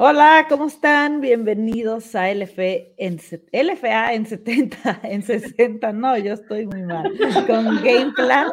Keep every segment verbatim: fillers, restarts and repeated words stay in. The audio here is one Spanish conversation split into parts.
Hola, ¿cómo están? Bienvenidos a L F en se- L F A en setenta, en sesenta. No, yo estoy muy mal. Con Game Plan,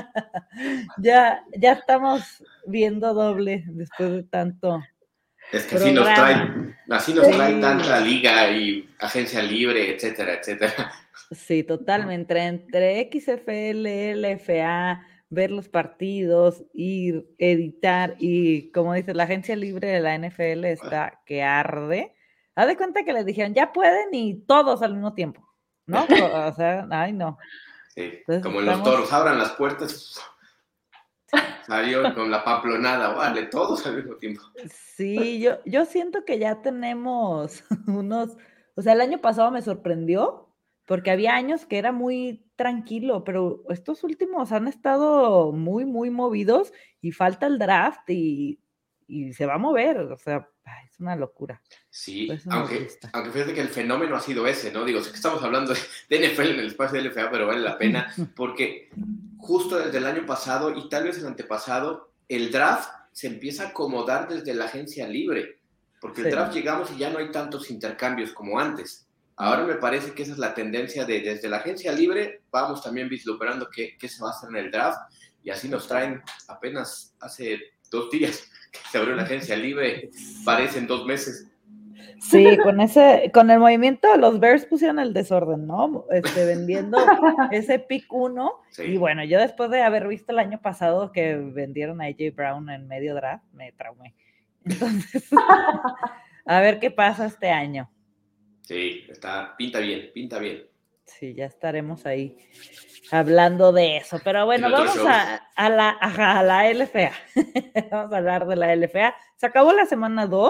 ya, ya estamos viendo doble después de tanto Es que así nos programa. traen, así nos traen Sí, tanta liga y agencia libre, etcétera, etcétera. sí, totalmente. Entre X F L, L F A, ver los partidos, ir, editar y, como dices, la agencia libre de la N F L está que arde. Haz de cuenta que les dijeron, ya pueden y todos al mismo tiempo, ¿no? O sea, ay, no. Sí, Entonces como en los estamos, toros, abran las puertas, sí, salió con la pamplonada, vale, todos al mismo tiempo. sí, yo, yo siento que ya tenemos unos, o sea, el año pasado me sorprendió porque había años que era muy tranquilo, pero estos últimos han estado muy, muy movidos y falta el draft y, y se va a mover, o sea, ay, es una locura. Por Sí, eso nos aunque, gusta. aunque fíjate que el fenómeno ha sido ese, ¿no? Digo, sé que estamos hablando de, de N F L en el espacio de L F A, pero vale la pena porque justo desde el año pasado y tal vez el antepasado, el draft se empieza a acomodar desde la agencia libre, porque el Sí, draft llegamos y ya no hay tantos intercambios como antes. Ahora me parece que esa es la tendencia de desde la agencia libre, vamos también vislumbrando qué, qué se va a hacer en el draft y así nos traen apenas hace dos días que se abrió la agencia libre, parecen dos meses. sí, con ese, con el movimiento, los Bears pusieron el desorden, ¿no? Este, vendiendo ese pick uno, y Sí. bueno, yo después de haber visto el año pasado que vendieron a A J Brown en medio draft, me traumé. Entonces, a ver qué pasa este año. Sí, está, pinta bien, pinta bien. Sí, ya estaremos ahí hablando de eso. Pero En bueno, otro vamos show. a, a la, a la L F A. Vamos a hablar de la L F A. Se acabó la semana dos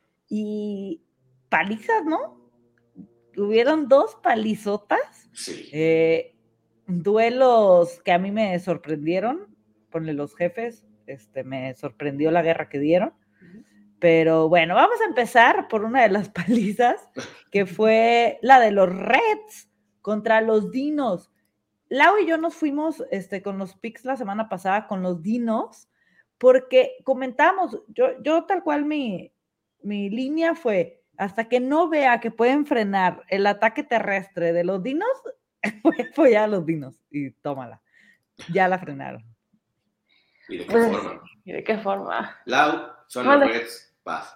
y palizas, ¿no? Hubieron dos palizotas, Sí. eh, duelos que a mí me sorprendieron, ponle los jefes, este, me sorprendió la guerra que dieron, pero bueno, vamos a empezar por una de las palizas, que fue la de los Reds contra los Dinos. Lau y yo nos fuimos este, con los picks la semana pasada con los Dinos, porque comentamos, yo, yo tal cual mi, mi línea fue, hasta que no vea que pueden frenar el ataque terrestre de los Dinos, fue ya a los Dinos y tómala, ya la frenaron. ¿Y de qué Pues sí, forma? ¿y de qué forma? Lau, son los Mande. Reds, paz.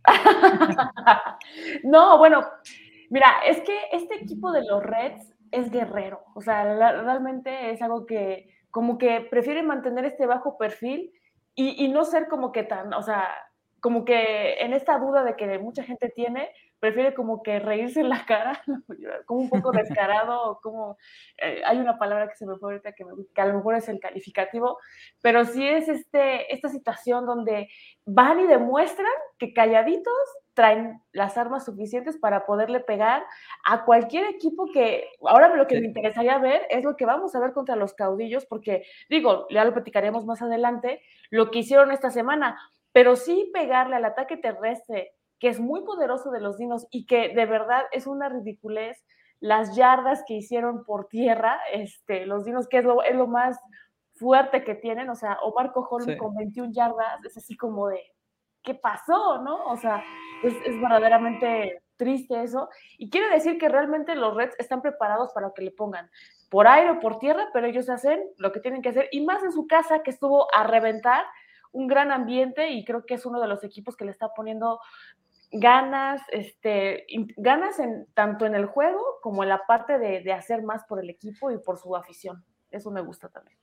No, bueno, mira, es que este equipo de los Reds es guerrero, o sea, la- realmente es algo que como que prefiere mantener este bajo perfil y, y no ser como que tan, o sea, como que en esta duda de que mucha gente tiene, prefiere como que reírse en la cara, como un poco descarado, como eh, hay una palabra que se me fue ahorita que, me, que a lo mejor es el calificativo, pero sí es este, esta situación donde van y demuestran que calladitos traen las armas suficientes para poderle pegar a cualquier equipo que, ahora lo que Sí. me interesaría ver es lo que vamos a ver contra los caudillos, porque digo, ya lo platicaremos más adelante, lo que hicieron esta semana, pero sí pegarle al ataque terrestre, que es muy poderoso de los Dinos y que de verdad es una ridiculez las yardas que hicieron por tierra, este, los Dinos, que es lo, es lo más fuerte que tienen, o sea, Omar Cojón Sí. con veintiún yardas, es así como de, ¿qué pasó, no? O sea, es, es verdaderamente triste eso. Y quiere decir que realmente los Reds están preparados para que le pongan por aire o por tierra, pero ellos hacen lo que tienen que hacer. Y más en su casa, que estuvo a reventar, un gran ambiente y creo que es uno de los equipos que le está poniendo ganas, este, ganas en, tanto en el juego como en la parte de, de hacer más por el equipo y por su afición. Eso me gusta también.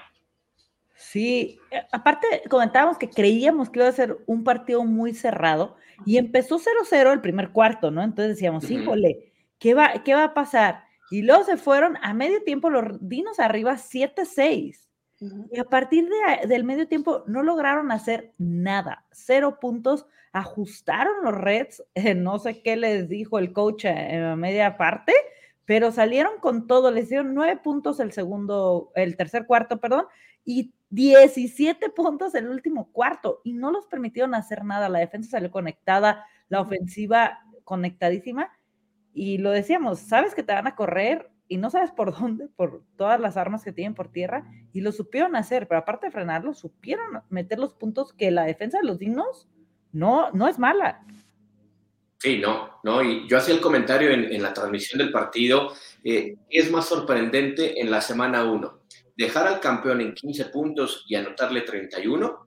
Sí, eh, aparte comentábamos que creíamos que iba a ser un partido muy cerrado y empezó cero cero el primer cuarto, ¿no? Entonces decíamos, Ujú. híjole, ¿qué va, qué va a pasar? Y luego se fueron a medio tiempo los Dinos arriba siete seis. Uh-huh. Y a partir de, del medio tiempo no lograron hacer nada, cero puntos, ajustaron los Reds, eh, no sé qué les dijo el coach en la media parte, pero salieron con todo, les dieron nueve puntos el segundo, el tercer cuarto, perdón, y diecisiete puntos el último cuarto, y no los permitieron hacer nada, la defensa salió conectada, la ofensiva conectadísima, y lo decíamos, sabes que te van a correr y no sabes por dónde, por todas las armas que tienen por tierra, y lo supieron hacer, pero aparte de frenarlo, supieron meter los puntos que la defensa de los Dinos no, no es mala. Sí, no, no, y yo hacía el comentario en, en la transmisión del partido, eh, es más sorprendente en la semana uno, dejar al campeón en quince puntos y anotarle treinta y uno,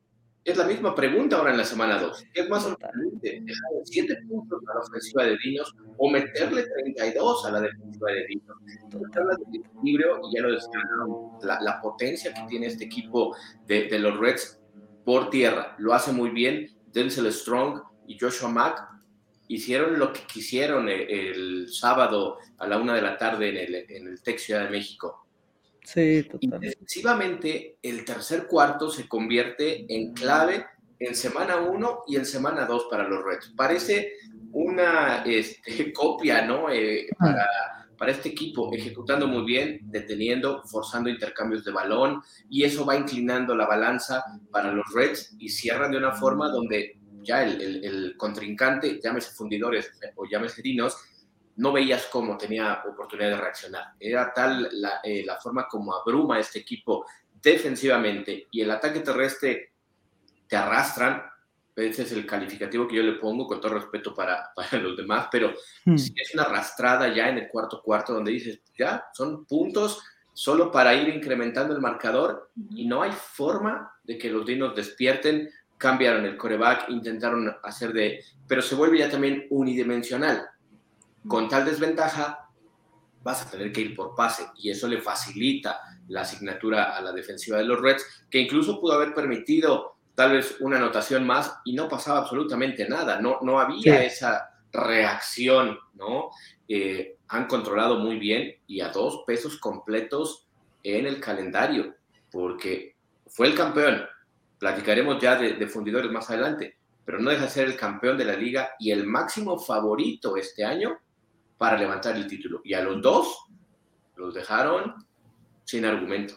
es la misma pregunta ahora en la semana dos, ¿qué es más sorprendente, dejar en siete puntos a la ofensiva de Dinos o meterle treinta y dos a la defensiva de Dinos? Habla del equilibrio, y ya lo decía, la, la potencia que tiene este equipo de, de los Reds por tierra, lo hace muy bien. Denzel Strong y Joshua Mack hicieron lo que quisieron el, el sábado a la una de la tarde en el, en el Tec Ciudad de México. Sí, total. Y defensivamente, el tercer cuarto se convierte en clave en semana uno y en semana dos para los Reds. Parece una este, copia, ¿no? Eh, para, para este equipo, ejecutando muy bien, deteniendo, forzando intercambios de balón, y eso va inclinando la balanza para los Reds y cierran de una forma donde ya el, el, el contrincante, llámese Fundidores o llámese Dinos, no veías cómo tenía oportunidad de reaccionar. Era tal la, eh, la forma como abruma este equipo defensivamente, y el ataque terrestre te arrastran. Ese es el calificativo que yo le pongo, con todo respeto para, para los demás, pero hmm. si es una arrastrada ya en el cuarto cuarto, donde dices, ya, son puntos solo para ir incrementando el marcador, y no hay forma de que los Dinos despierten. Cambiaron el quarterback, intentaron hacer de... pero se vuelve ya también unidimensional. Con tal desventaja, vas a tener que ir por pase, y eso le facilita la asignatura a la defensiva de los Reds, que incluso pudo haber permitido tal vez una anotación más y no pasaba absolutamente nada, no, no había sí. esa reacción, ¿no? Eh, han controlado muy bien, y a dos pesos completos en el calendario, porque fue el campeón. Platicaremos ya de, de Fundidores más adelante, pero no deja de ser el campeón de la liga y el máximo favorito este año para levantar el título. Y a los dos los dejaron sin argumento.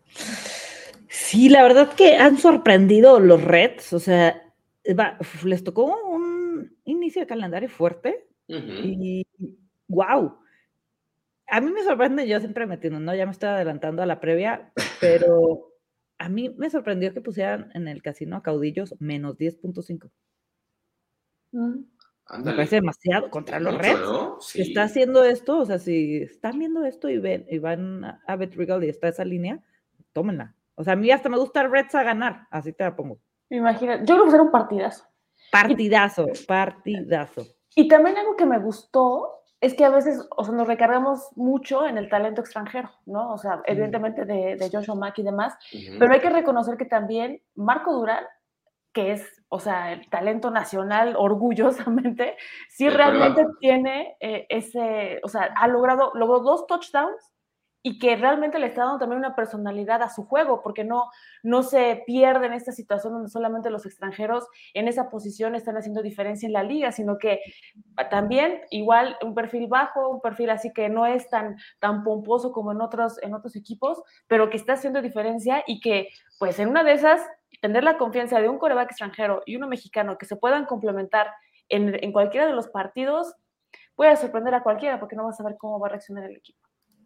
Sí, la verdad que han sorprendido los Reds, o sea, va, les tocó un inicio de calendario fuerte, uh-huh. y wow, a mí me sorprende, yo siempre metiendo, ¿no? Ya me estoy adelantando a la previa, pero a mí me sorprendió que pusieran en el casino a Caudillos menos diez punto cinco. Uh-huh. Me parece demasiado contra los Reds, ¿no? Sí. Está haciendo esto, o sea, si están viendo esto y, ven, y van a Bet-Regal y está esa línea, tómenla. O sea, a mí hasta me gusta el Reds a ganar, así te la pongo. Imagina, yo creo que será un partidazo. Partidazo, y, partidazo. Y también algo que me gustó es que a veces, o sea, nos recargamos mucho en el talento extranjero, ¿no? O sea, evidentemente de, de Joshua Mack y demás, uh-huh. pero hay que reconocer que también Marco Durán, que es, o sea, el talento nacional, orgullosamente, sí el realmente problema. tiene eh, ese, o sea, ha logrado, logró dos touchdowns, y que realmente le está dando también una personalidad a su juego, porque no, no se pierde en esta situación donde solamente los extranjeros en esa posición están haciendo diferencia en la liga, sino que también igual un perfil bajo, un perfil así que no es tan, tan pomposo como en otros, en otros equipos, pero que está haciendo diferencia, y que pues en una de esas, tener la confianza de un quarterback extranjero y uno mexicano que se puedan complementar en, en cualquiera de los partidos, puede sorprender a cualquiera, porque no vas a saber cómo va a reaccionar el equipo.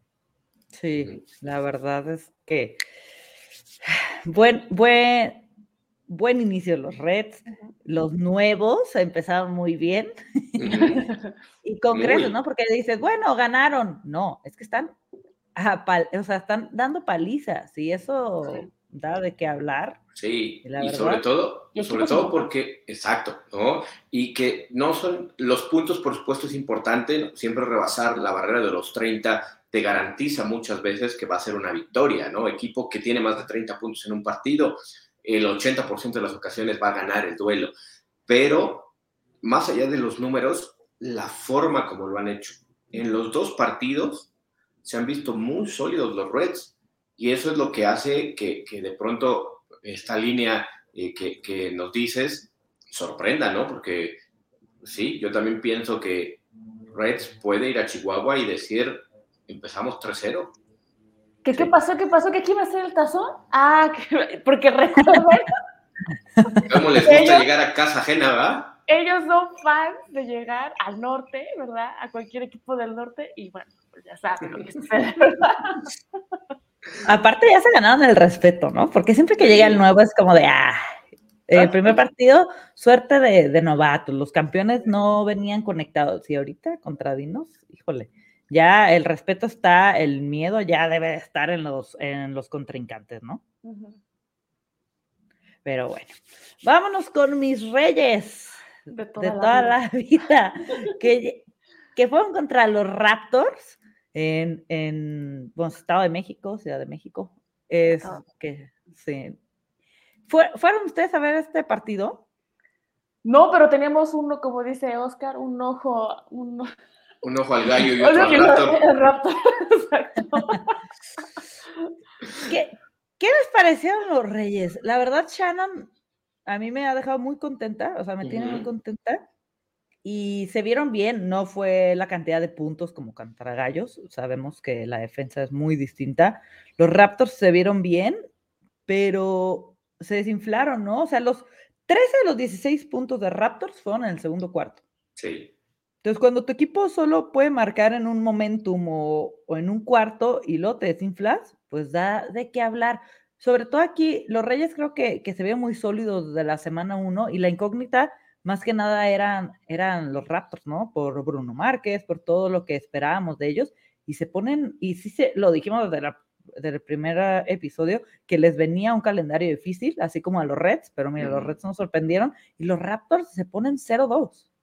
Sí, la verdad es que buen, buen, buen inicio los Reds, uh-huh. los nuevos empezaron muy bien, uh-huh. y con creces, ¿no? Porque dices, bueno, ganaron, no, es que están, a pal- o sea, están dando palizas, y eso sí. da de qué hablar. Sí, y, y sobre todo, y sobre todo porque, exacto, ¿no? Y que no son, los puntos, por supuesto, es importante, siempre rebasar la barrera de los treinta te garantiza muchas veces que va a ser una victoria, ¿no? Equipo que tiene más de treinta puntos en un partido, el ochenta por ciento de las ocasiones va a ganar el duelo, pero más allá de los números, la forma como lo han hecho. En los dos partidos se han visto muy sólidos los Reds, y eso es lo que hace que, que de pronto esta línea eh, que, que nos dices sorprenda, ¿no? Porque sí, yo también pienso que Reds puede ir a Chihuahua y decir, empezamos tres cero. ¿Qué, sí. ¿Qué pasó? ¿Qué pasó? ¿Que aquí iba a ser el tazón? Ah, que, porque recuerden... ¿Cómo les gusta ellos, llegar a casa ajena, verdad? Ellos son fans de llegar al norte, ¿verdad? A cualquier equipo del norte, y bueno, pues ya saben lo que sucede, ¿verdad? Aparte ya se ganaron el respeto, ¿no? Porque siempre que llega el nuevo es como de, ah, El primer partido, suerte de, de novatos. Los campeones no venían conectados. Y ahorita contra Dinos, híjole, ya el respeto está, el miedo ya debe estar en los, en los contrincantes, ¿no? Uh-huh. Pero bueno, vámonos con mis Reyes de toda, de toda la, vida. la vida, que, que fueron contra los Raptors en, en bueno, Estado de México, Ciudad de México. Es oh. que sí. ¿Fueron ustedes a ver este partido? No, pero teníamos uno, como dice Oscar, un ojo, un, un ojo al gallo y otro al raptor. El raptor. Exacto. ¿Qué, ¿Qué les parecieron los Reyes? La verdad, Shannon a mí me ha dejado muy contenta, o sea, me uh-huh. tiene muy contenta. Y se vieron bien, no fue la cantidad de puntos como contra Gallos, sabemos que la defensa es muy distinta. Los Raptors se vieron bien, pero se desinflaron, ¿no? O sea, los trece de los dieciséis puntos de Raptors fueron en el segundo cuarto. Sí. Entonces, cuando tu equipo solo puede marcar en un momentum o, o en un cuarto y luego te desinflas, pues da de qué hablar. Sobre todo aquí, los Reyes creo que, que se ven muy sólidos desde la semana uno y la incógnita, más que nada, eran, eran los Raptors, ¿no? Por Bruno Márquez, por todo lo que esperábamos de ellos y se ponen, y sí se, lo dijimos desde la del primer episodio, que les venía un calendario difícil, así como a los Reds, pero mira, uh-huh. los Reds nos sorprendieron, y los Raptors se ponen cero dos.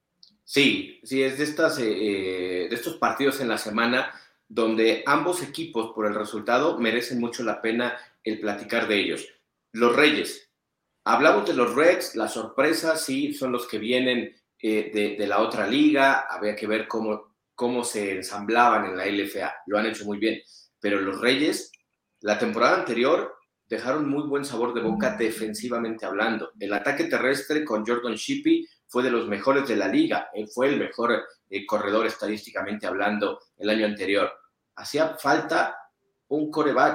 Sí, sí, es de, estas, eh, de estos partidos en la semana donde ambos equipos, por el resultado, merecen mucho la pena el platicar de ellos. Los Reyes, hablamos de los Reds, la sorpresa, sí, son los que vienen eh, de, de la otra liga, había que ver cómo, cómo se ensamblaban en la L F A, lo han hecho muy bien. Pero los Reyes, la temporada anterior, dejaron muy buen sabor de boca defensivamente hablando. El ataque terrestre con Jordan Shippey fue de los mejores de la liga. Él fue el mejor eh, corredor estadísticamente hablando el año anterior. Hacía falta un quarterback.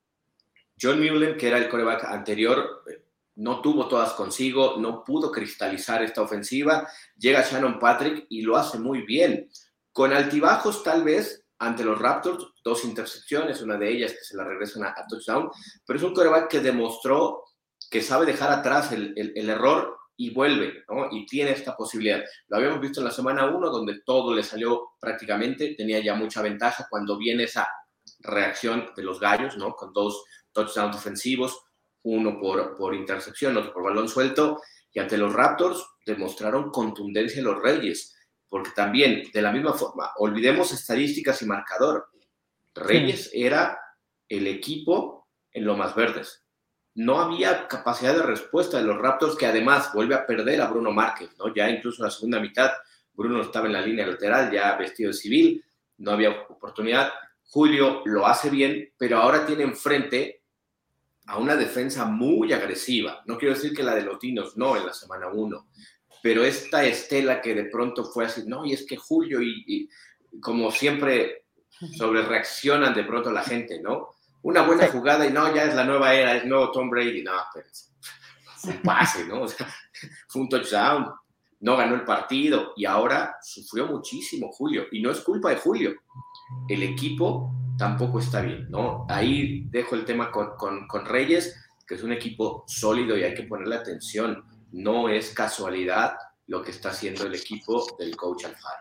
John Mullen, que era el quarterback anterior, no tuvo todas consigo, no pudo cristalizar esta ofensiva. Llega Shannon Patrick y lo hace muy bien. Con altibajos tal vez, ante los Raptors, dos intercepciones, una de ellas que se la regresan a, a touchdown, pero es un quarterback que demostró que sabe dejar atrás el, el, el error y vuelve, ¿no? Y tiene esta posibilidad. Lo habíamos visto en la semana uno, donde todo le salió prácticamente, tenía ya mucha ventaja cuando viene esa reacción de los Gallos, ¿no? Con dos touchdowns defensivos, uno por, por intercepción, otro por balón suelto, y ante los Raptors demostraron contundencia los Reyes. Porque también, de la misma forma, olvidemos estadísticas y marcador. Reyes sí. era el equipo en lo más verdes. No había capacidad de respuesta de los Raptors, que además vuelve a perder a Bruno Márquez, ¿no? Ya incluso en la segunda mitad, Bruno estaba en la línea lateral, ya vestido de civil, no había oportunidad. Julio lo hace bien, pero ahora tiene enfrente a una defensa muy agresiva. No quiero decir que la de los Dinos no, en la semana uno. Pero esta estela que de pronto fue así, no, y es que Julio, y, y como siempre sobre reaccionan de pronto la gente, ¿no? Una buena sí. jugada y no, ya es la nueva era, es nuevo Tom Brady, no, pero fue un pase, ¿no? O sea, fue un touchdown, no ganó el partido y ahora sufrió muchísimo Julio, y no es culpa de Julio, el equipo tampoco está bien, ¿no? Ahí dejo el tema con, con, con Reyes, que es un equipo sólido y hay que ponerle atención. No es casualidad lo que está haciendo el equipo del coach Alfaro.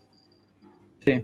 Sí.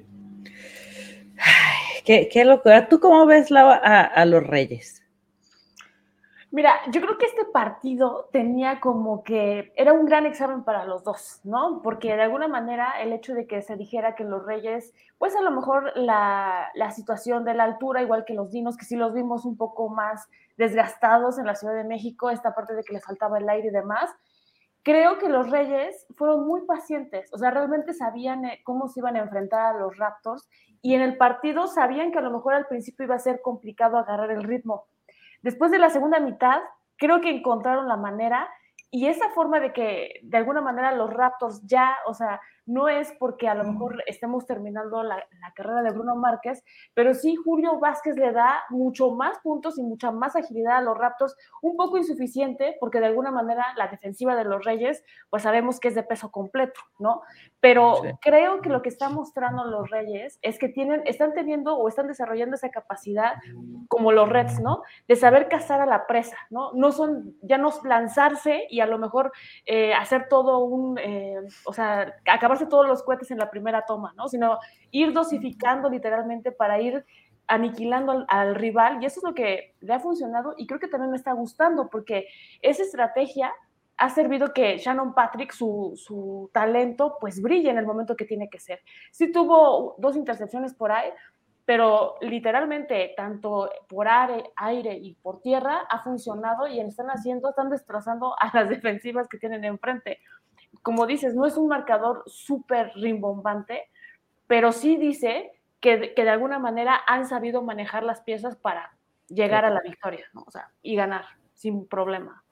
Ay, qué, qué locura. ¿Tú cómo ves la, a, a los Reyes? Mira, yo creo que este partido tenía como que era un gran examen para los dos, ¿no? Porque de alguna manera el hecho de que se dijera que los Reyes, pues a lo mejor la, la situación de la altura, igual que los Dinos, que sí los vimos un poco más desgastados en la Ciudad de México, esta parte de que les faltaba el aire y demás, creo que los Reyes fueron muy pacientes, o sea, realmente sabían cómo se iban a enfrentar a los Raptors y en el partido sabían que a lo mejor al principio iba a ser complicado agarrar el ritmo. Después de la segunda mitad, creo que encontraron la manera y esa forma de que de alguna manera los Raptors ya, o sea, no es porque a lo mejor estemos terminando la, la carrera de Bruno Márquez, pero sí Julio Vázquez le da mucho más puntos y mucha más agilidad a los Raptors, un poco insuficiente, porque de alguna manera la defensiva de los Reyes, pues sabemos que es de peso completo, ¿no? Pero sí. Creo que lo que están mostrando los Reyes es que tienen, están teniendo o están desarrollando esa capacidad, como los Reds, ¿no? De saber cazar a la presa, ¿no? No son, ya no lanzarse y a lo mejor eh, hacer todo un, eh, o sea, acabarse todos los cohetes en la primera toma, ¿no? Sino ir dosificando literalmente para ir aniquilando al, al rival, y eso es lo que le ha funcionado y creo que también me está gustando, porque esa estrategia ha servido que Shannon Patrick, su, su talento, pues brille en el momento que tiene que ser. Sí tuvo dos intercepciones por ahí, pero literalmente tanto por aire, aire y por tierra ha funcionado y están haciendo, están destrozando a las defensivas que tienen enfrente. Como dices, no es un marcador súper rimbombante, pero sí dice que, que de alguna manera han sabido manejar las piezas para llegar a la victoria, ¿no? O sea, y ganar sin problema.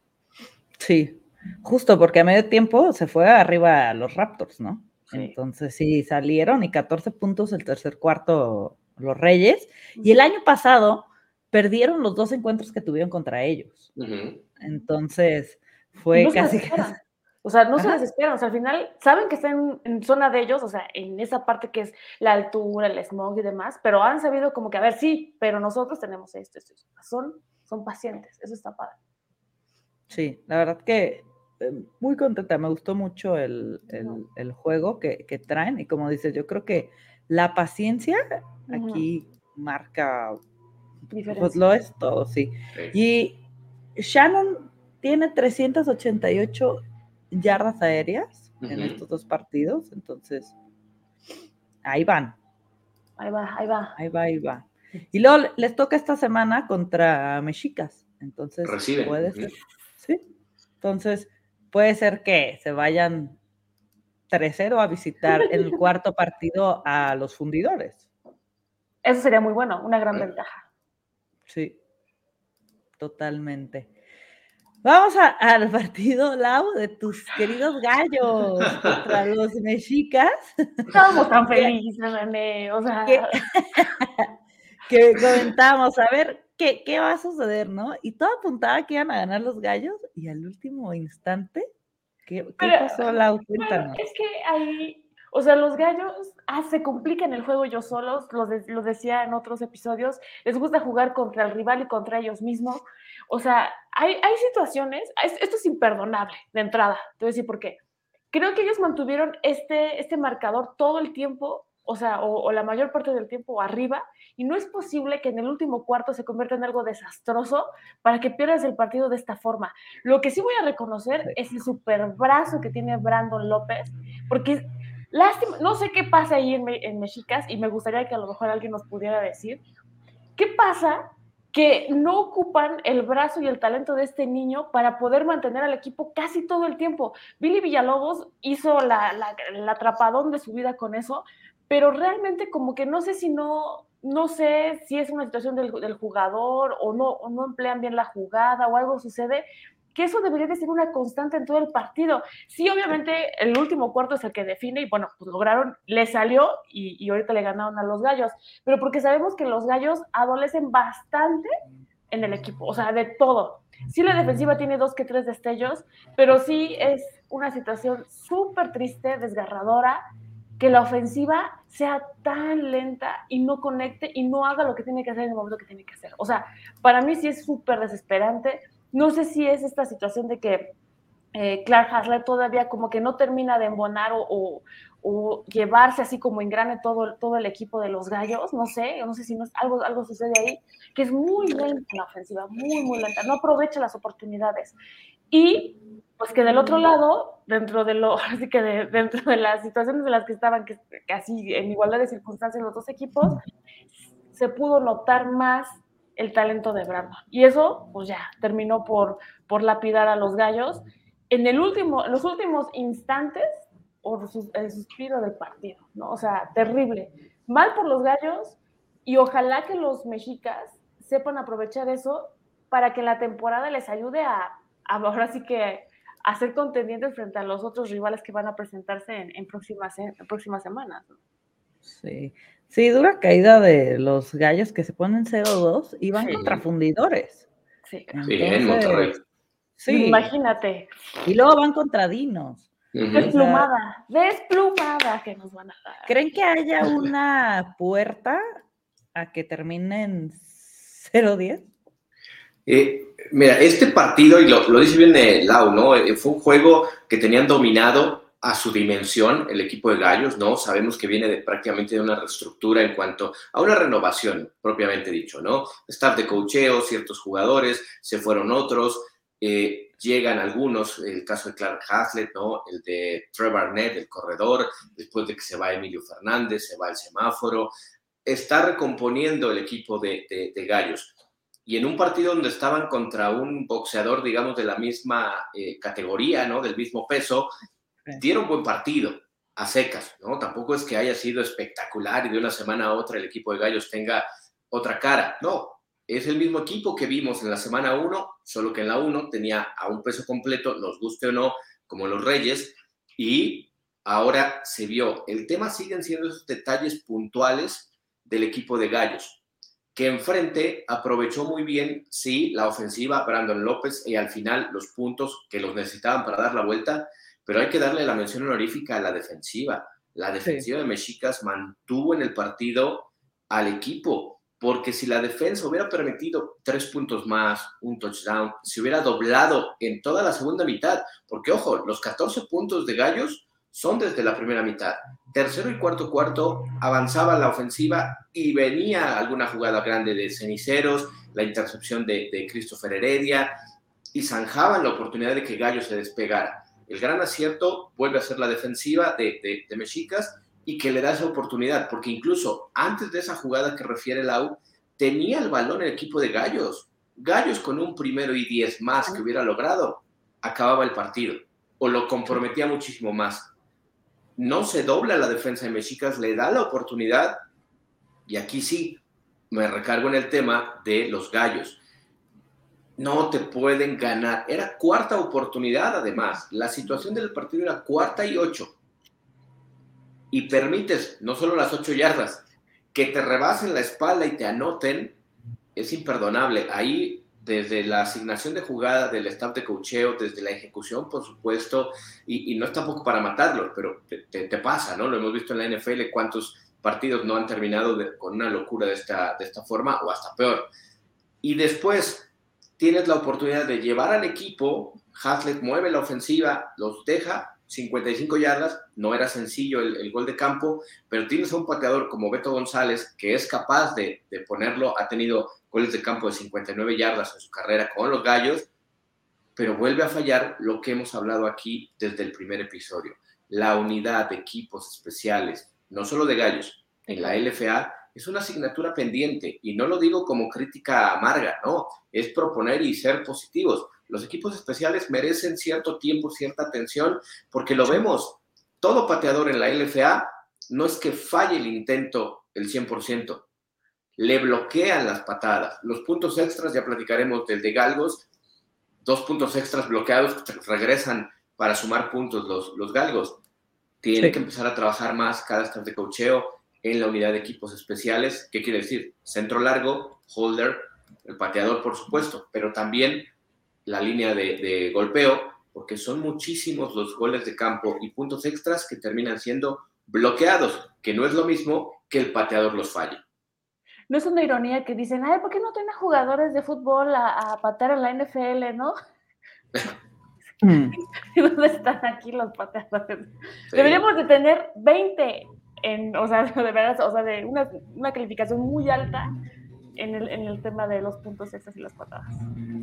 Sí, justo porque a medio tiempo se fue arriba a los Raptors, ¿no? Sí. Entonces sí, salieron y catorce puntos el tercer cuarto los Reyes, uh-huh. Y el año pasado perdieron los dos encuentros que tuvieron contra ellos. Uh-huh. Entonces fue no casi... O sea, no Ajá. se desesperan, o sea, al final saben que están en, en zona de ellos, o sea, en esa parte que es la altura, el smog y demás, pero han sabido como que, a ver, sí, pero nosotros tenemos esto, esto, esto. Son, son pacientes, eso está padre. Sí, la verdad que eh, muy contenta, me gustó mucho el, el, uh-huh. el juego que, que traen, y como dices, yo creo que la paciencia uh-huh. aquí marca, pues lo es todo, sí. sí. Y Shannon tiene trescientas ochenta y ocho yardas aéreas uh-huh. en estos dos partidos, entonces ahí van. Ahí va, ahí va. Ahí va, ahí va. Y luego les toca esta semana contra Mexicas, entonces Reciben. puede uh-huh. ser, sí, entonces puede ser que se vayan tres cero a visitar en el cuarto partido a los Fundidores. Eso sería muy bueno, una gran ¿Eh? ventaja. Sí, totalmente. Vamos a, al partido, Lau, de tus queridos gallos contra los Mexicas. Estábamos tan felices, René, o sea... Que, que comentamos, a ver qué, qué va a suceder, ¿no? Y todo apuntaba que iban a ganar los gallos, y al último instante, ¿qué, qué pero, pasó, Lau? Cuéntanos. Es que ahí, o sea, los gallos ah, se complican el juego ellos solos, lo, de, lo decía en otros episodios, les gusta jugar contra el rival y contra ellos mismos. O sea, hay, hay situaciones, esto es imperdonable de entrada, te voy a decir por qué. Creo que ellos mantuvieron este, este marcador todo el tiempo, o sea, o, o la mayor parte del tiempo arriba, y no es posible que en el último cuarto se convierta en algo desastroso para que pierdas el partido de esta forma. Lo que sí voy a reconocer es el super brazo que tiene Brandon López, porque lástima, no sé qué pasa ahí en, en Mexicas, y me gustaría que a lo mejor alguien nos pudiera decir, ¿qué pasa? Que no ocupan el brazo y el talento de este niño para poder mantener al equipo casi todo el tiempo. Billy Villalobos hizo la, la, el atrapadón de su vida con eso, pero realmente como que no sé si no, no sé si es una situación del, del jugador o no, o no emplean bien la jugada o algo sucede, que eso debería de ser una constante en todo el partido. Sí, obviamente el último cuarto es el que define y bueno, pues lograron, le salió y, y ahorita le ganaron a los gallos, pero porque sabemos que los gallos adolecen bastante en el equipo, o sea, de todo. Sí, la defensiva tiene dos que tres destellos, pero sí es una situación súper triste, desgarradora, que la ofensiva sea tan lenta y no conecte y no haga lo que tiene que hacer en el momento que tiene que hacer. O sea, para mí sí es súper desesperante. No sé si es esta situación de que eh, Clark Haslett todavía como que no termina de embonar o, o, o llevarse así como engrane todo, todo el equipo de los gallos, no sé, no sé si no es, algo, algo sucede ahí, que es muy lenta la ofensiva, muy, muy lenta, no aprovecha las oportunidades. Y pues que del otro lado, dentro de lo, así que de, dentro de las situaciones en las que estaban, que casi en igualdad de circunstancias los dos equipos, se pudo notar más el talento de Brandon. Y eso, pues ya, terminó por, por lapidar a los gallos en el último, en los últimos instantes, por su, el suspiro del partido, ¿no? O sea, terrible. Mal por los gallos, y ojalá que los mexicas sepan aprovechar eso para que la temporada les ayude a, a ahora sí que a ser contendientes frente a los otros rivales que van a presentarse en, en, próximas, en próximas semanas, ¿no? Sí. Sí, dura caída de los Gallos que se ponen cero dos y van Sí. contra Fundidores. Sí, Entonces, sí, en Monterrey. Sí. Imagínate. Y luego van contra Dinos. Uh-huh. Desplumada, o sea, desplumada que nos van a dar. ¿Creen que haya una puerta a que terminen cero diez? Eh, mira, este partido, y lo, lo dice bien eh, Lau, ¿no? Eh, fue un juego que tenían dominado a su dimensión el equipo de Gallos, ¿no? Sabemos que viene de, prácticamente de una reestructura en cuanto a una renovación, propiamente dicho, ¿no? Staff de coacheo, ciertos jugadores, se fueron otros, eh, llegan algunos, el caso de Clark Haslett, ¿no? El de Trevor Arnett, el corredor, después de que se va Emilio Fernández, se va el semáforo, está recomponiendo el equipo de, de, de Gallos. Y en un partido donde estaban contra un boxeador, digamos, de la misma eh, categoría, ¿no? Del mismo peso, dieron buen partido, a secas, ¿no? Tampoco es que haya sido espectacular y de una semana a otra el equipo de Gallos tenga otra cara. No, es el mismo equipo que vimos en la semana uno, solo que en la uno tenía a un peso completo, nos guste o no, como los Reyes, y ahora se vio. El tema siguen siendo esos detalles puntuales del equipo de Gallos, que enfrente aprovechó muy bien, sí, la ofensiva, Brandon López, y al final los puntos que los necesitaban para dar la vuelta, pero hay que darle la mención honorífica a la defensiva. La defensiva sí. de Mexicas mantuvo en el partido al equipo, porque si la defensa hubiera permitido tres puntos más, un touchdown, se hubiera doblado en toda la segunda mitad, porque ojo, los catorce puntos de Gallos son desde la primera mitad. Tercero y cuarto cuarto avanzaba la ofensiva y venía alguna jugada grande de Ceniceros, la intercepción de, de Christopher Heredia, y zanjaban la oportunidad de que Gallos se despegara. El gran acierto vuelve a ser la defensiva de, de, de Mexicas y que le da esa oportunidad, porque incluso antes de esa jugada que refiere Lau, tenía el balón el equipo de Gallos. Gallos con un primero y diez más que hubiera logrado, acababa el partido o lo comprometía muchísimo más. No se dobla la defensa de Mexicas, le da la oportunidad, y aquí sí me recargo en el tema de los Gallos. No te pueden ganar. Era cuarta oportunidad, además. La situación del partido era cuarta y ocho. Y permites no solo las ocho yardas, que te rebasen la espalda y te anoten, es imperdonable. Ahí, desde la asignación de jugada del staff de coacheo, desde la ejecución, por supuesto, y, y no es tampoco para matarlos, pero te, te, te pasa, ¿no? Lo hemos visto en la N F L, cuántos partidos no han terminado de, con una locura de esta, de esta forma, o hasta peor. Y después tienes la oportunidad de llevar al equipo, Haslett mueve la ofensiva, los deja, cincuenta y cinco yardas, no era sencillo el, el gol de campo, pero tienes a un pateador como Beto González, que es capaz de, de ponerlo, ha tenido goles de campo de cincuenta y nueve yardas en su carrera con los Gallos, pero vuelve a fallar lo que hemos hablado aquí desde el primer episodio, la unidad de equipos especiales, no solo de Gallos, en la L F A, es una asignatura pendiente, y no lo digo como crítica amarga, no, es proponer y ser positivos. Los equipos especiales merecen cierto tiempo, cierta atención, porque lo vemos, todo pateador en la L F A no es que falle el intento el cien por ciento, le bloquean las patadas. Los puntos extras, ya platicaremos del de Galgos, dos puntos extras bloqueados, regresan para sumar puntos los, los Galgos. Tienen sí. que empezar a trabajar más cada staff de coacheo en la unidad de equipos especiales. ¿Qué quiere decir? Centro largo, holder, el pateador, por supuesto, pero también la línea de, de golpeo, porque son muchísimos los goles de campo y puntos extras que terminan siendo bloqueados, que no es lo mismo que el pateador los falle. No es una ironía que dicen, ay, ¿por qué no tienen jugadores de fútbol a, a patear en la N F L, no? ¿Dónde están aquí los pateadores? Sí. Deberíamos de tener veinte, en, o sea, de verdad, o sea, de una, una calificación muy alta en el, en el tema de los puntos extras y las patadas.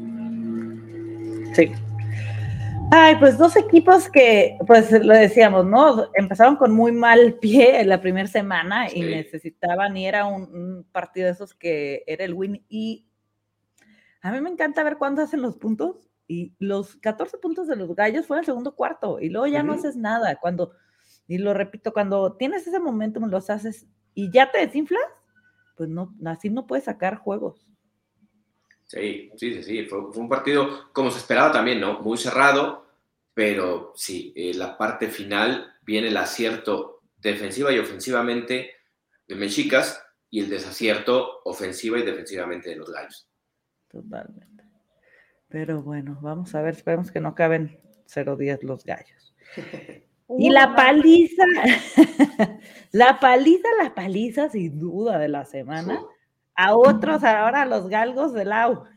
Sí. Ay, pues dos equipos que, pues lo decíamos, ¿no? Empezaron con muy mal pie en la primera semana sí. y necesitaban, y era un, un partido de esos que era el win. Y a mí me encanta ver cuándo hacen los puntos, y los catorce puntos de los Gallos fueron el segundo cuarto, y luego ya uh-huh. no haces nada. Cuando, y lo repito, cuando tienes ese momentum, los haces y ya te desinflas, pues no, así no puedes sacar juegos. Sí, sí, sí, sí. Fue, fue un partido como se esperaba también, ¿no? Muy cerrado, pero sí, eh, la parte final viene el acierto defensiva y ofensivamente de Mexicas y el desacierto ofensiva y defensivamente de los Gallos. Totalmente. Pero bueno, vamos a ver, esperemos que no acaben cero diez los Gallos. Y la paliza, la paliza, la paliza sin duda de la semana, a otros, ahora a los galgos del A U.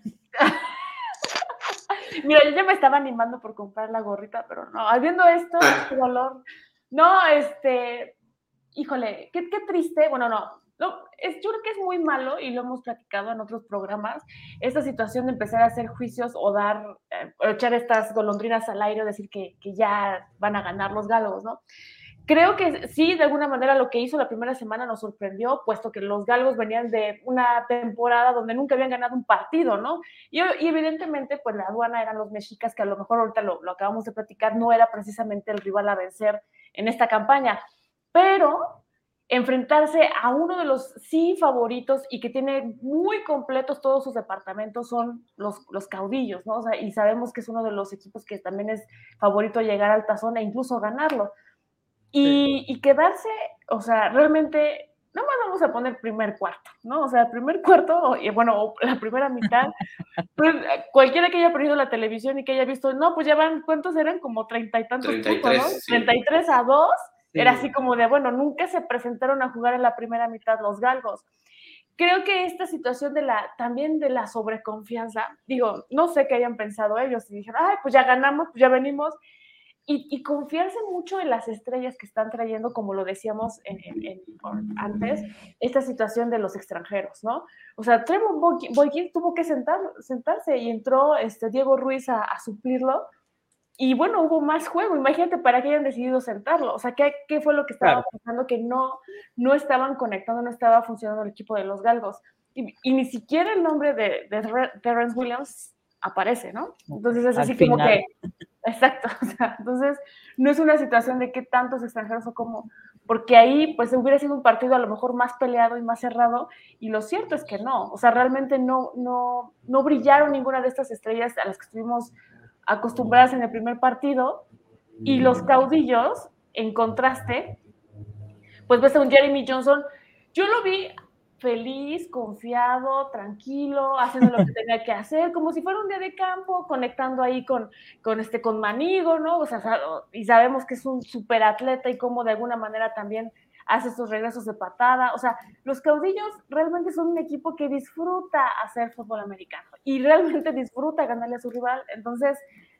Mira, yo ya me estaba animando por comprar la gorrita, pero no, viendo esto, qué dolor. No, este, híjole, qué, qué triste, bueno, no, no es, yo creo que es muy malo, y lo hemos platicado en otros programas, esta situación de empezar a hacer juicios o dar, eh, echar estas golondrinas al aire, decir que, que ya van a ganar los galgos, ¿no? Creo que sí, de alguna manera lo que hizo la primera semana nos sorprendió, puesto que los galgos venían de una temporada donde nunca habían ganado un partido, ¿no? Y, y evidentemente, pues la aduana eran los mexicas, que a lo mejor ahorita lo, lo acabamos de platicar, no era precisamente el rival a vencer en esta campaña, pero enfrentarse a uno de los sí favoritos y que tiene muy completos todos sus departamentos son los, los caudillos, ¿no? O sea, y sabemos que es uno de los equipos que también es favorito a llegar al tazón e incluso ganarlo. Y, y quedarse, o sea, realmente, no más vamos a poner primer cuarto, ¿no? O sea, primer cuarto, y bueno, la primera mitad, pues cualquiera que haya perdido la televisión y que haya visto, no, pues ya van, ¿cuántos eran? Como treinta y tantos treinta y tres, puntos, ¿no? sí. treinta y tres a dos, Sí. Era así como de, bueno, nunca se presentaron a jugar en la primera mitad los galgos. Creo que esta situación de la, también de la sobreconfianza, digo, no sé qué hayan pensado ellos, y dijeron, ay, pues ya ganamos, pues ya venimos, Y, y confiarse mucho en las estrellas que están trayendo, como lo decíamos en, en, en, antes, esta situación de los extranjeros, ¿no? O sea, Trevor Boykin tuvo que sentar, sentarse y entró este, Diego Ruiz a, a suplirlo, y bueno, hubo más juego. Imagínate para qué hayan decidido sentarlo. O sea, ¿qué, qué fue lo que estaba claro. pasando? Que no, no estaban conectando, no estaba funcionando el equipo de los galgos. Y, y ni siquiera el nombre de, de Terrence Williams aparece, ¿no? Entonces es así como que... Exacto, o sea, entonces no es una situación de qué tantos extranjeros o cómo, porque ahí pues hubiera sido un partido a lo mejor más peleado y más cerrado, y lo cierto es que no, o sea, realmente no, no, no brillaron ninguna de estas estrellas a las que estuvimos acostumbradas en el primer partido, y los caudillos, en contraste, pues ves a un Jeremy Johnson, yo lo vi feliz, confiado, tranquilo, haciendo lo que tenía que hacer, como si fuera un día de campo, conectando ahí con, con, este, con Manigo, ¿no? O sea, y sabemos que es un súper atleta y cómo de alguna manera también hace sus regresos de patada. O sea, los caudillos realmente son un equipo que disfruta hacer fútbol americano y realmente disfruta ganarle a su rival. Entonces,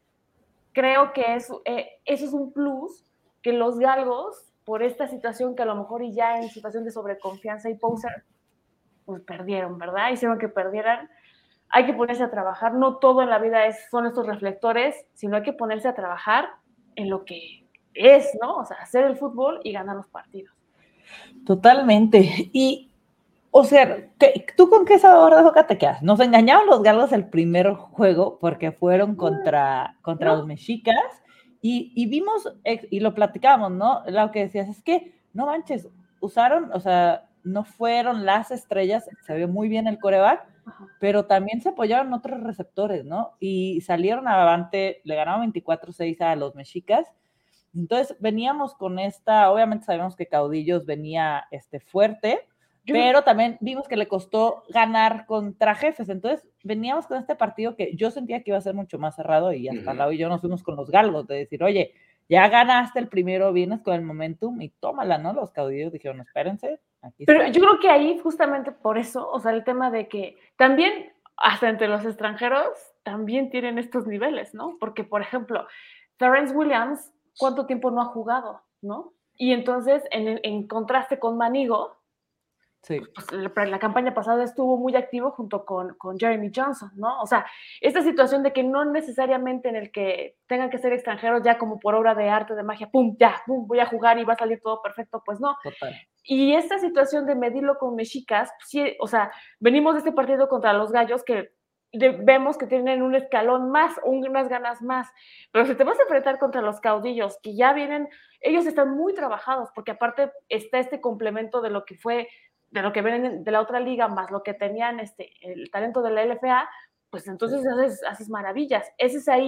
creo que eso, eh, eso es un plus que los galgos, por esta situación que a lo mejor y ya en situación de sobreconfianza y poser, pues perdieron, ¿verdad? Hicieron que perdieran. Hay que ponerse a trabajar. No todo en la vida es, son estos reflectores, sino hay que ponerse a trabajar en lo que es, ¿no? O sea, hacer el fútbol y ganar los partidos. Totalmente. Y, o sea, ¿tú con qué sabor de boca te quedas? Nos engañaron los galgos el primer juego porque fueron contra, contra no. los mexicas y, y vimos, y lo platicábamos, ¿no? Lo que decías es que, no manches, usaron, o sea, no fueron las estrellas, se vio muy bien el coreback, ajá, pero también se apoyaron otros receptores, ¿no? Y salieron adelante, le ganaron veinticuatro seis a los mexicas. Entonces veníamos con esta, obviamente sabemos que Caudillos venía este, fuerte, Yo... pero también vimos que le costó ganar contra Jefes. Entonces veníamos con este partido que yo sentía que iba a ser mucho más cerrado, y hasta uh-huh. Lau y yo nos fuimos con los galgos de decir, oye, ya ganaste el primero, vienes con el momentum y tómala, ¿no? Los Caudillos dijeron, espérense. Aquí Pero está. Yo creo que ahí justamente por eso, o sea, el tema de que también hasta entre los extranjeros también tienen estos niveles, ¿no? Porque, por ejemplo, Terrence Williams, ¿cuánto tiempo no ha jugado, no? Y entonces, en, en contraste con Manigo, sí. pues, la, la campaña pasada estuvo muy activo junto con, con Jeremy Johnson, ¿no? O sea, esta situación de que no necesariamente en el que tengan que ser extranjeros ya como por obra de arte, de magia, pum, ya, pum, voy a jugar y va a salir todo perfecto, pues no. Total. Y esta situación de medirlo con mexicas, sí, o sea, venimos de este partido contra los gallos que de, vemos que tienen un escalón más, unas ganas más, pero si te vas a enfrentar contra los caudillos, que ya vienen, ellos están muy trabajados, porque aparte está este complemento de lo que fue, de lo que vienen de la otra liga, más lo que tenían este, el talento de la L F A, pues entonces sí. haces, haces maravillas. Ese es ahí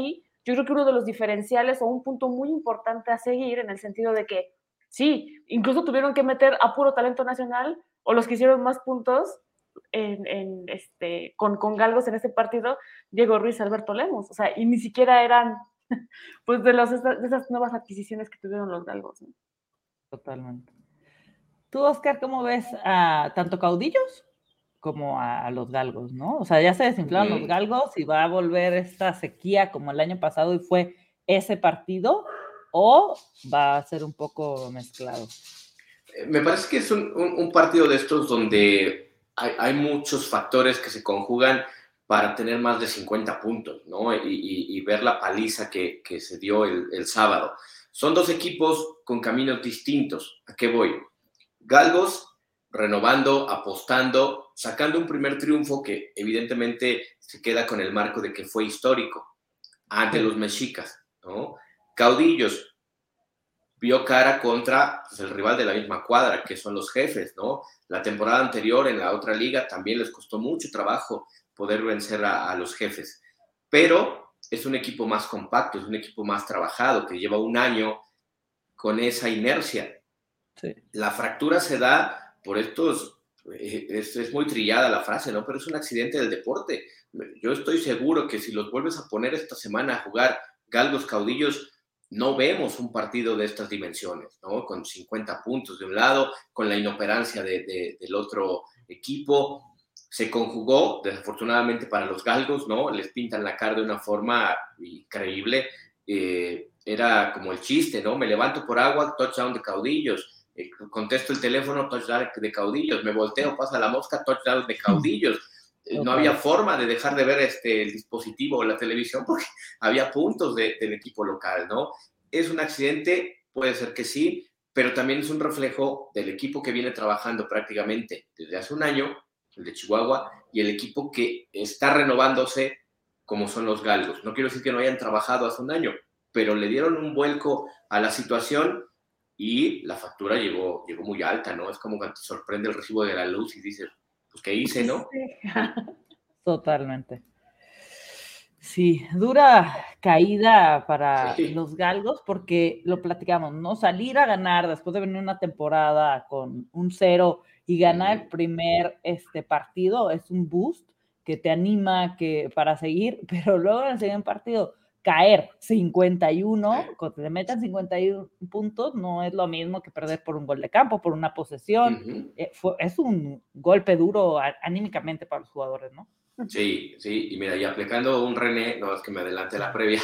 yo creo que uno de los diferenciales o un punto muy importante a seguir en el sentido de que sí, incluso tuvieron que meter a puro talento nacional o los que hicieron más puntos en, en este, con, con Galgos en este partido, Diego Ruiz, Alberto Lemos, o sea, y ni siquiera eran pues de, los, de esas nuevas adquisiciones que tuvieron los Galgos, ¿no? Totalmente. Tú, Oscar, ¿cómo ves a tanto Caudillos como a, a los Galgos, ¿no? O sea, ya se desinflaron mm. los Galgos y va a volver esta sequía como el año pasado y fue ese partido, o va a ser un poco mezclado. Me parece que es un, un, un partido de estos donde hay, hay muchos factores que se conjugan para tener más de cincuenta puntos, ¿no? Y, y, y ver la paliza que, que se dio el, el sábado. Son dos equipos con caminos distintos. ¿A qué voy? Galgos renovando, apostando, sacando un primer triunfo que evidentemente se queda con el marco de que fue histórico ante los mexicas, ¿no? Caudillos vio cara contra pues, el rival de la misma cuadra, que son los Jefes, ¿no? La temporada anterior en la otra liga también les costó mucho trabajo poder vencer a, a los Jefes, pero es un equipo más compacto, es un equipo más trabajado, que lleva un año con esa inercia. Sí. La fractura se da por estos, es, es muy trillada la frase, ¿no? Pero es un accidente del deporte. Yo estoy seguro que si los vuelves a poner esta semana a jugar Galgos Caudillos, no vemos un partido de estas dimensiones, ¿no? Con cincuenta puntos de un lado, con la inoperancia de, de, del otro equipo. Se conjugó, desafortunadamente para los Galgos, ¿no? Les pintan la cara de una forma increíble. Eh, era como el chiste, ¿no? Me levanto por agua, touchdown de Caudillos. Eh, contesto el teléfono, touchdown de Caudillos. Me volteo, pasa la mosca, touchdown de Caudillos. Okay. No había forma de dejar de ver este, el dispositivo o la televisión porque había puntos de, del equipo local, ¿no? ¿Es un accidente? Puede ser que sí, pero también es un reflejo del equipo que viene trabajando prácticamente desde hace un año, el de Chihuahua, y el equipo que está renovándose como son los Galgos. No quiero decir que no hayan trabajado hace un año, pero le dieron un vuelco a la situación y la factura llegó, llegó muy alta, ¿no? Es como cuando te sorprende el recibo de la luz y dices, pues, ¿qué hice, no? Totalmente. Sí, dura caída para sí. los Galgos porque lo platicamos, ¿no? Salir a ganar después de venir una temporada con un cero y ganar uh-huh. el primer este, partido es un boost que te anima que, para seguir, pero luego en el siguiente partido caer cincuenta y uno, cuando te metan cincuenta y uno puntos, no es lo mismo que perder por un gol de campo, por una posesión. Uh-huh. Eh, fue, es un golpe duro anímicamente para los jugadores, ¿no? Sí, sí, y mira, y aplicando un René, no es que me adelante la previa,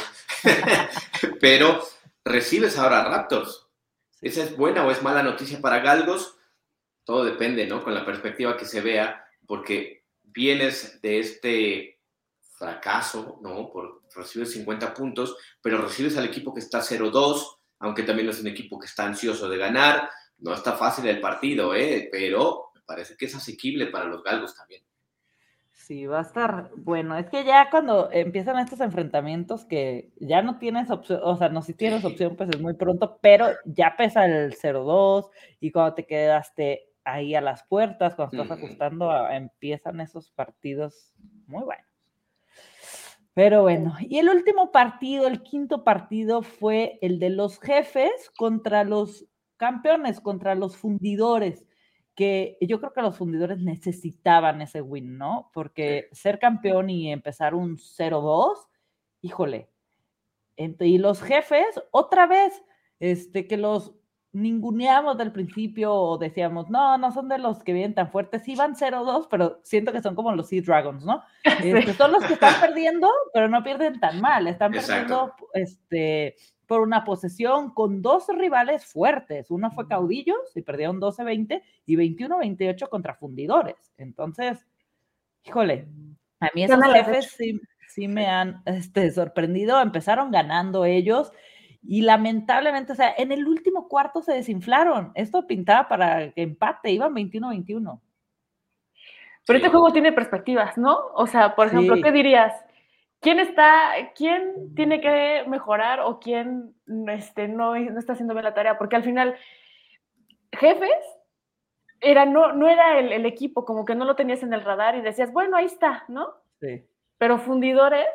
pero recibes ahora Raptors. ¿Esa es buena o es mala noticia para Galgos? Todo depende, ¿no? Con la perspectiva que se vea, porque vienes de este fracaso, ¿no? Por recibes cincuenta puntos, pero recibes al equipo que está cero dos, aunque también es un equipo que está ansioso de ganar. No está fácil el partido, ¿eh? Pero me parece que es asequible para los Galgos también. Sí, va a estar bueno. Es que ya cuando empiezan estos enfrentamientos que ya no tienes opción, o sea, no si tienes opción, pues es muy pronto, pero ya pesa el cero dos y cuando te quedaste ahí a las puertas, cuando estás ajustando, a, empiezan esos partidos muy buenos. Pero bueno, y el último partido, el quinto partido fue el de los Jefes contra los campeones, contra los Fundidores, que yo creo que los Fundidores necesitaban ese win, ¿no? Porque ser campeón y empezar un cero dos, híjole. Y los Jefes, otra vez, este, que los ninguneamos del principio o decíamos, no, no son de los que vienen tan fuertes, sí van cero dos, pero siento que son como los Sea Dragons, ¿no? Sí. Este, son los que están perdiendo, pero no pierden tan mal, están perdiendo este, por una posesión con dos rivales fuertes, uno fue Caudillos y perdieron doce veinte y veintiuno veintiocho contra Fundidores, entonces, híjole, a mí esos Jefes sí, sí me han este, sorprendido, empezaron ganando ellos, y lamentablemente, o sea, en el último cuarto se desinflaron. Esto pintaba para que empate, iban veintiuno veintiuno. Pero sí. Este juego tiene perspectivas, ¿no? O sea, por ejemplo, sí. ¿Qué dirías? ¿Quién está, quién tiene que mejorar o quién este, no, no está haciendo bien la tarea? Porque al final, Jefes era, no, no era el, el equipo, como que no lo tenías en el radar y decías, bueno, ahí está, ¿no? Sí. Pero Fundidores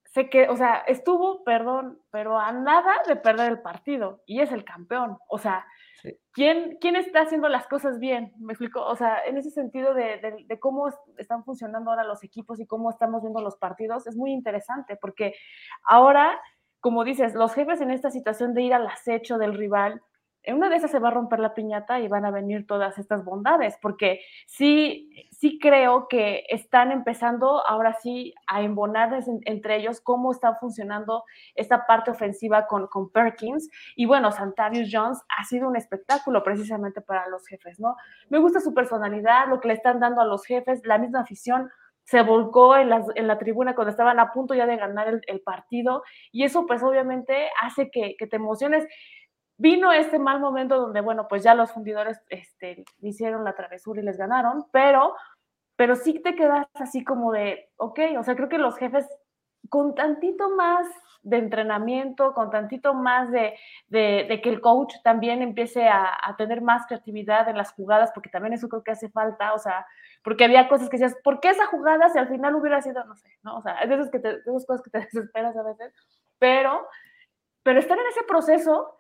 sé que, o sea, estuvo, perdón, pero a nada de perder el partido y es el campeón. O sea, sí. ¿quién, ¿quién está haciendo las cosas bien? Me explico, o sea, en ese sentido de, de, de cómo están funcionando ahora los equipos y cómo estamos viendo los partidos, es muy interesante porque ahora, como dices, los Jefes en esta situación de ir al acecho del rival, en una de esas se va a romper la piñata y van a venir todas estas bondades, porque sí, sí creo que están empezando ahora sí a embonar entre ellos cómo está funcionando esta parte ofensiva con, con Perkins, y bueno, Santavius Jones ha sido un espectáculo precisamente para los Jefes, ¿no? Me gusta su personalidad, lo que le están dando a los Jefes, la misma afición se volcó en, las, en la tribuna cuando estaban a punto ya de ganar el, el partido, y eso pues obviamente hace que, que te emociones. Vino este mal momento donde, bueno, pues ya los fundidores este, hicieron la travesura y les ganaron, pero, pero sí te quedas así como de, ok, o sea, creo que los Jefes con tantito más de entrenamiento, con tantito más de, de, de que el coach también empiece a, a tener más creatividad en las jugadas, porque también eso creo que hace falta, o sea, porque había cosas que decías, ¿por qué esa jugada si al final hubiera sido, no sé, ¿no? O sea, es de esas, que te, de esas cosas que te desesperas a veces, pero, pero estar en ese proceso.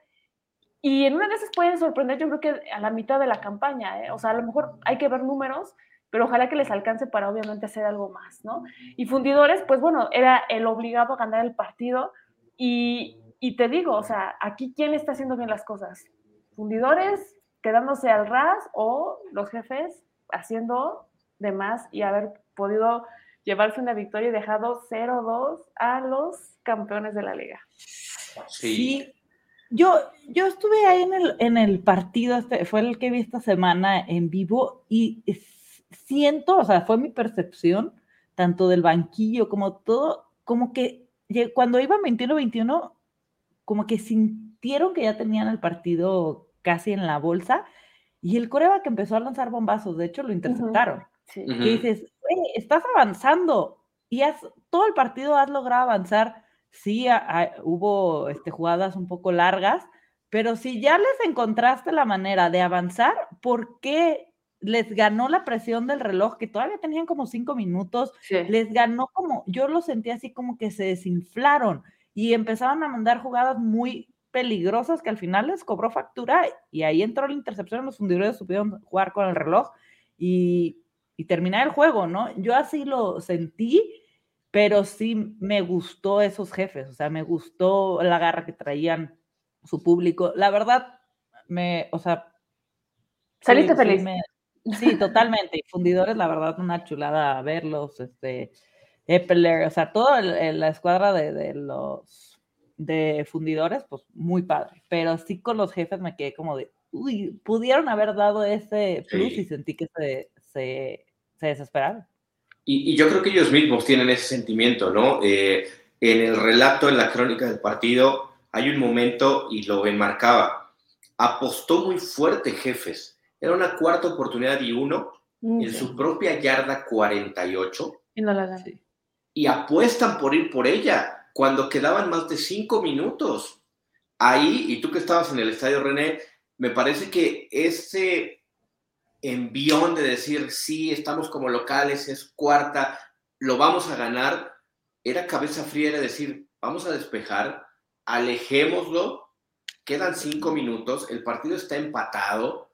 Y en una de esas pueden sorprender, yo creo que a la mitad de la campaña, ¿eh? O sea, a lo mejor hay que ver números, pero ojalá que les alcance para obviamente hacer algo más, ¿no? Y Fundidores, pues bueno, era el obligado a ganar el partido y, y te digo, o sea, aquí ¿quién está haciendo bien las cosas? ¿Fundidores quedándose al ras o los Jefes haciendo de más y haber podido llevarse una victoria y dejado cero dos a los campeones de la liga? Sí. sí. Yo, yo estuve ahí en el, en el partido, este, fue el que vi esta semana en vivo y siento, o sea, fue mi percepción, tanto del banquillo como todo, como que cuando iba veintiuno veintiuno, como que sintieron que ya tenían el partido casi en la bolsa y el quarterback empezó a lanzar bombazos, de hecho lo interceptaron. Uh-huh. Sí. Uh-huh. Que dices, hey, estás avanzando y has, todo el partido has logrado avanzar. Sí, a, a, hubo este, jugadas un poco largas, pero si ya les encontraste la manera de avanzar, ¿por qué les ganó la presión del reloj? Que todavía tenían como cinco minutos, sí. Les ganó como, yo lo sentí así como que se desinflaron y empezaron a mandar jugadas muy peligrosas que al final les cobró factura y ahí entró la intercepción, los fundidores supieron jugar con el reloj y, y terminar el juego, ¿no? Yo así lo sentí. Pero sí me gustó esos Jefes, o sea, me gustó la garra que traían su público. La verdad, me, o sea... ¿Saliste sí, feliz? Sí, me, sí, totalmente. Y Fundidores, la verdad, una chulada verlos, este, Epler, o sea, toda la escuadra de, de los de Fundidores, pues muy padre. Pero sí con los Jefes me quedé como de, uy, pudieron haber dado ese plus sí. Y sentí que se, se, se desesperaron. Y, y yo creo que ellos mismos tienen ese sentimiento, ¿no? Eh, en el relato, en la crónica del partido, hay un momento, y lo enmarcaba, apostó muy fuerte Jefes. Era una cuarta oportunidad y uno, mm, en sí. Su propia yarda cuarenta y ocho. Y no la dan. Sí. Y apuestan por ir por ella, cuando quedaban más de cinco minutos. Ahí, y tú que estabas en el estadio, René, me parece que ese... envión de decir, sí, estamos como locales, es cuarta, lo vamos a ganar, era cabeza fría, era decir, vamos a despejar, alejémoslo, quedan cinco minutos, el partido está empatado,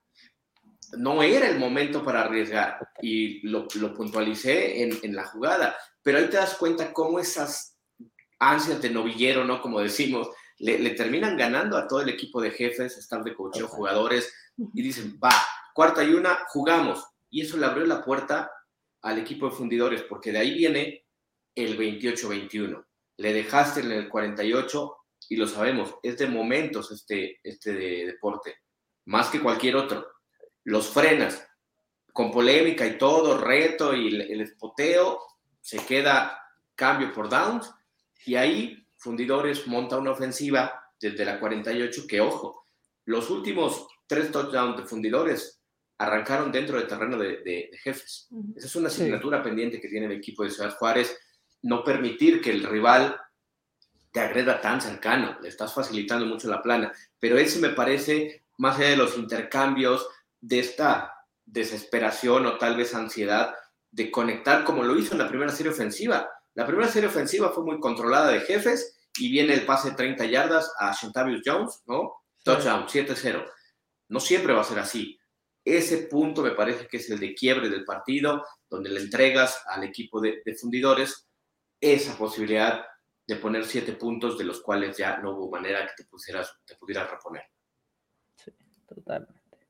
no era el momento para arriesgar, y lo, lo puntualicé en, en la jugada, pero ahí te das cuenta cómo esas ansias de novillero, ¿no? Como decimos, le, le terminan ganando a todo el equipo de Jefes, staff de coacheo, jugadores, y dicen, va, cuarta y una, jugamos. Y eso le abrió la puerta al equipo de Fundidores, porque de ahí viene el veintiocho veintiuno. Le dejaste en el cuarenta y ocho, y lo sabemos, es de momentos este, este de deporte, más que cualquier otro. Los frenas, con polémica y todo, reto y el, el espoteo, se queda cambio por downs, y ahí Fundidores monta una ofensiva desde la cuarenta y ocho, que ojo, los últimos tres touchdowns de Fundidores arrancaron dentro del terreno de, de, de Jefes. Uh-huh. Esa es una asignatura sí. pendiente que tiene el equipo de Ciudad Juárez, no permitir que el rival te agreda tan cercano, le estás facilitando mucho la plana, pero ese me parece, más allá de los intercambios, de esta desesperación o tal vez ansiedad de conectar como lo hizo en la primera serie ofensiva, La primera serie ofensiva fue muy controlada de Jefes y viene el pase de treinta yardas a Shentavius Jones, ¿no? Touchdown, siete cero. No siempre va a ser así. Ese punto me parece que es el de quiebre del partido, donde le entregas al equipo de, de fundidores esa posibilidad de poner siete puntos, de los cuales ya no hubo manera que te, pusieras, te pudieras reponer. Sí, totalmente.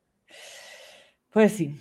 Pues sí.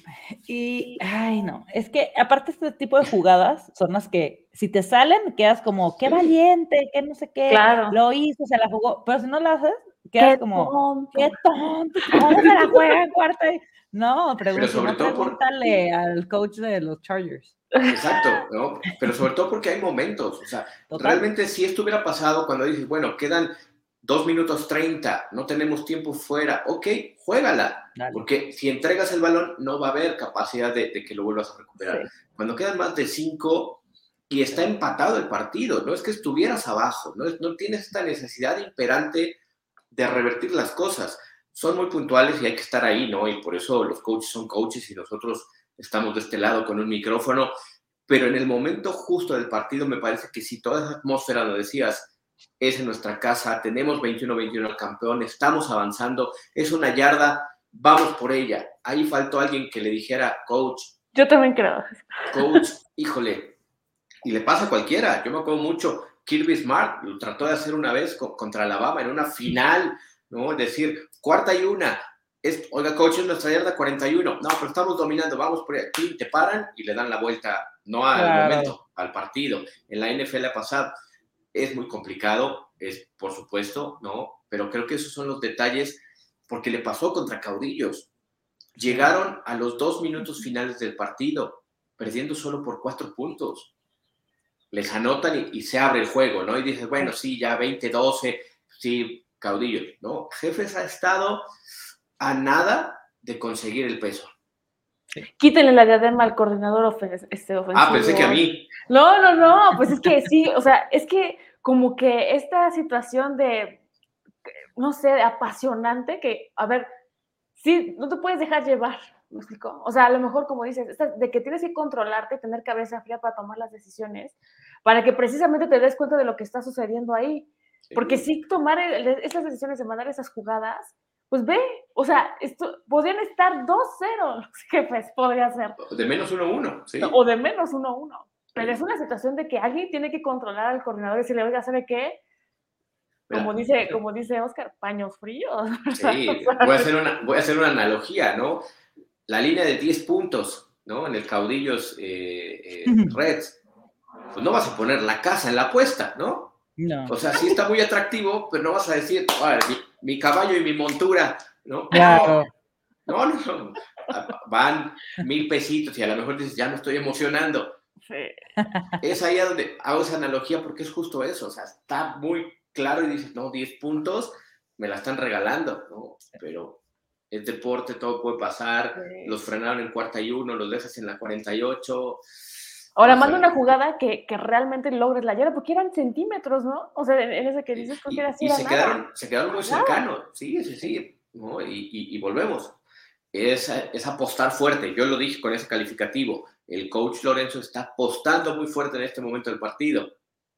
Y, ay, no, es que aparte este tipo de jugadas son las que, si te salen, quedas como, qué valiente, qué no sé qué, claro. lo hizo, se la jugó, pero si no lo haces, quedas qué como, tonto. qué tonto, ¿cómo se la juega en cuarta? No, Pero sobre no todo por... pregúntale al coach de los Chargers. Exacto, ¿no? Pero sobre todo porque hay momentos, o sea, Total. Realmente si esto hubiera pasado cuando dices, bueno, quedan dos minutos treinta, no tenemos tiempo fuera, ok, juégala, Dale. Porque si entregas el balón no va a haber capacidad de, de que lo vuelvas a recuperar. Sí. Cuando quedan más de cinco y está empatado el partido, no es que estuvieras abajo, no, es, no tienes esta necesidad imperante de revertir las cosas, son muy puntuales y hay que estar ahí, ¿no? Y por eso los coaches son coaches y nosotros estamos de este lado con un micrófono, pero en el momento justo del partido me parece que si toda esa atmósfera, lo decías, es en nuestra casa, tenemos veintiuno veintiuno al campeón, estamos avanzando, es una yarda, vamos por ella. Ahí faltó alguien que le dijera, coach. Yo también creo. Coach, híjole, y le pasa a cualquiera. Yo me acuerdo mucho, Kirby Smart lo trató de hacer una vez contra Alabama en una final, ¿no? Es decir, cuarta y una, es, oiga, coach, es nuestra yarda cuarenta y uno, no, pero estamos dominando, vamos por aquí, te paran y le dan la vuelta, no al claro. momento, al partido. En la N F L ha pasado. Es muy complicado, es por supuesto, ¿no? Pero creo que esos son los detalles, porque le pasó contra Caudillos. Llegaron a los dos minutos finales del partido, perdiendo solo por cuatro puntos. Les anotan y, y se abre el juego, ¿no? Y dices, bueno, sí, ya veinte doce, sí, Caudillos, ¿no? Jefes ha estado a nada de conseguir el peso. Sí. Quítenle la diadema al coordinador ofen- este, ofensivo. Ah, pensé que a mí. No, no, no, pues es que sí, o sea, es que como que esta situación de, no sé, apasionante, que, a ver, sí, no te puedes dejar llevar, ¿me explico? O sea, a lo mejor, como dices, esta, de que tienes que controlarte y tener cabeza fría para tomar las decisiones, para que precisamente te des cuenta de lo que está sucediendo ahí. Sí. Porque sí, tomar el, esas decisiones de mandar esas jugadas, pues ve, o sea, esto, podrían estar dos cero los jefes, podría ser. De menos uno uno, sí. O de menos uno uno. Pero es una situación de que alguien tiene que controlar al coordinador y decirle, oiga, ¿sabe qué? Como Mira, dice, como dice Oscar, paños fríos. Sí, voy a, hacer una, voy a hacer una analogía, ¿no? La línea de diez puntos, ¿no? En el Caudillos eh, eh, Reds, pues no vas a poner la casa en la apuesta, ¿no? No. O sea, sí está muy atractivo, pero no vas a decir, mi, mi caballo y mi montura, ¿no? Claro. No, no, no. Van mil pesitos y a lo mejor dices, ya me estoy emocionando. Sí. Es ahí a donde hago esa analogía porque es justo eso, o sea, está muy claro y dices, no, diez puntos me la están regalando, ¿no? Pero es deporte, todo puede pasar, sí. Los frenaron en cuarta y uno, los dejas en la cuarenta y ocho. Ahora, manda una jugada que, que realmente logres la yarda, porque eran centímetros, ¿no? O sea, en ese que dices, creo que era así. Y era se, nada. quedaron, se quedaron muy cercanos, sí, sí, sí, ¿no? y, y, y volvemos. Es, es apostar fuerte, yo lo dije con ese calificativo, el coach Lorenzo está apostando muy fuerte en este momento del partido.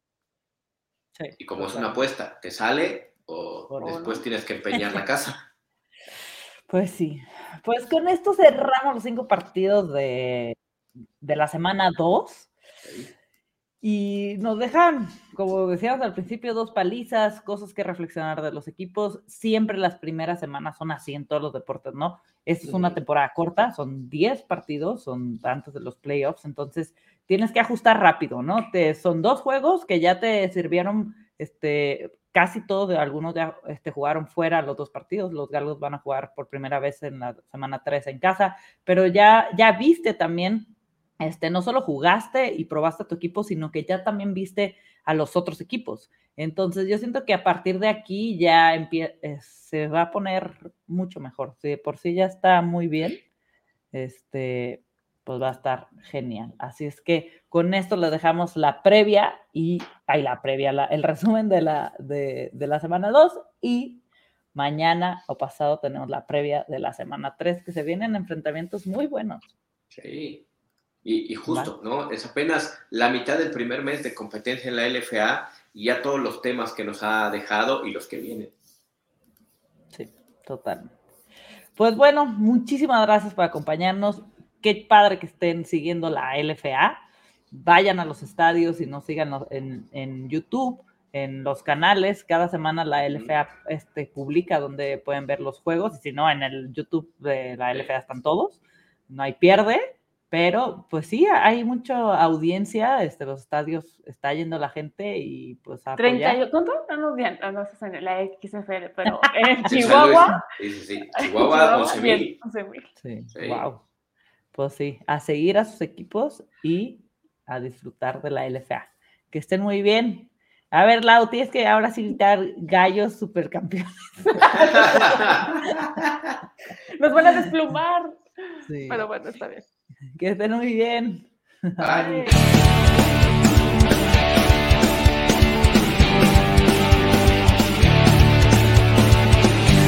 Sí, y como total. Es una apuesta, ¿te sale o Por después no. Tienes que empeñar la casa? Pues sí, pues con esto cerramos los cinco partidos de, de la semana dos. Sí. Y nos dejan, como decíamos al principio, dos palizas, cosas que reflexionar de los equipos. Siempre las primeras semanas son así en todos los deportes, ¿no? Esta es una temporada corta, son diez partidos, son antes de los playoffs, entonces tienes que ajustar rápido, ¿no? Te, son dos juegos que ya te sirvieron, este, casi todos, de algunos ya este, jugaron fuera los dos partidos, los Galgos van a jugar por primera vez en la semana tres en casa, pero ya, ya viste también, este, no solo jugaste y probaste a tu equipo, sino que ya también viste a los otros equipos. Entonces yo siento que a partir de aquí ya empie- eh, se va a poner mucho mejor. Si de por sí ya está muy bien, este, pues va a estar genial. Así es que con esto le dejamos la previa y, ay, la previa, la, el resumen de la, de, de la semana dos y mañana o pasado tenemos la previa de la semana tres, que se vienen enfrentamientos muy buenos. Sí. Y, y justo, ¿vale? ¿no? Es apenas la mitad del primer mes de competencia en la L F A y ya todos los temas que nos ha dejado y los que vienen. Sí, total. Pues bueno, muchísimas gracias por acompañarnos. Qué padre que estén siguiendo la L F A. Vayan a los estadios y nos sigan en, en YouTube, en los canales. Cada semana la L F A este, publica donde pueden ver los juegos. Y si no, en el YouTube de la L F A están todos. No hay pierde. Pero, pues sí, hay mucha audiencia, este, los estadios está yendo la gente y pues a treinta, apoyar. ¿cuánto? No, no, no, no sé en la X F L, pero en Chihuahua. Sí, sí, sí. Chihuahua, once mil. Sí, sí, wow. Pues sí, a seguir a sus equipos y a disfrutar de la L F A. Que estén muy bien. A ver, Lau, tienes que ahora sí gritar gallos supercampeones. Nos van a desplumar. Sí. Pero bueno, está bien. Que estén muy bien. Bye.